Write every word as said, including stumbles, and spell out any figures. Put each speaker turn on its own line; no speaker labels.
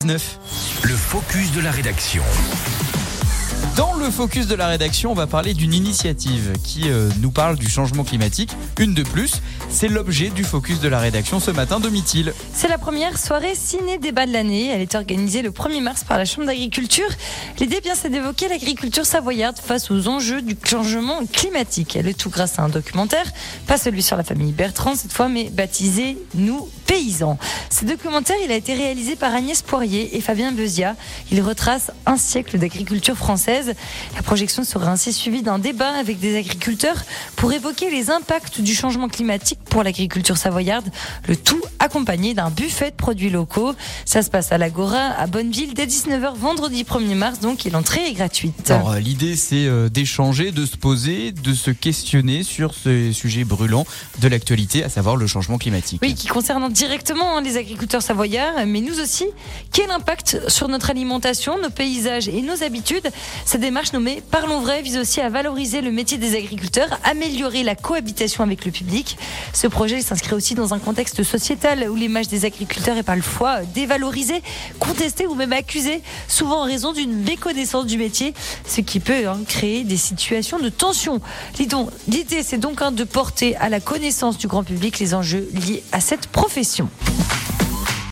neuf.
Le focus de la rédaction.
Dans le focus de la rédaction, on va parler d'une initiative qui euh, nous parle du changement climatique. Une de plus, c'est l'objet du focus de la rédaction ce matin, Domitil.
C'est la première soirée ciné-débat de l'année. Elle est organisée le premier mars par la Chambre d'agriculture. L'idée, bien, c'est d'évoquer l'agriculture savoyarde face aux enjeux du changement climatique. Le tout grâce à un documentaire, pas celui sur la famille Bertrand cette fois, mais baptisé « Nous, paysans ». Ce documentaire, il a été réalisé par Agnès Poirier et Fabien Bezia. Il retrace un siècle d'agriculture française. La projection sera ainsi suivie d'un débat avec des agriculteurs pour évoquer les impacts du changement climatique pour l'agriculture savoyarde, le tout accompagné d'un buffet de produits locaux. Ça se passe à l'Agora, à Bonneville, dès dix-neuf heures, vendredi premier mars, donc, et l'entrée est gratuite.
Alors, l'idée, c'est d'échanger, de se poser, de se questionner sur ce sujet brûlant de l'actualité, à savoir le changement climatique.
Oui, qui concerne directement hein, les agriculteurs savoyards, mais nous aussi. Quel impact sur notre alimentation, nos paysages et nos habitudes ? Cette démarche nommée Parlons Vrai vise aussi à valoriser le métier des agriculteurs, améliorer la cohabitation avec le public. Ce projet s'inscrit aussi dans un contexte sociétal où l'image des agriculteurs est parfois dévalorisée, contestée ou même accusée, souvent en raison d'une méconnaissance du métier, ce qui peut hein, créer des situations de tension. L'idée, c'est donc hein, de porter à la connaissance du grand public les enjeux liés à cette profession.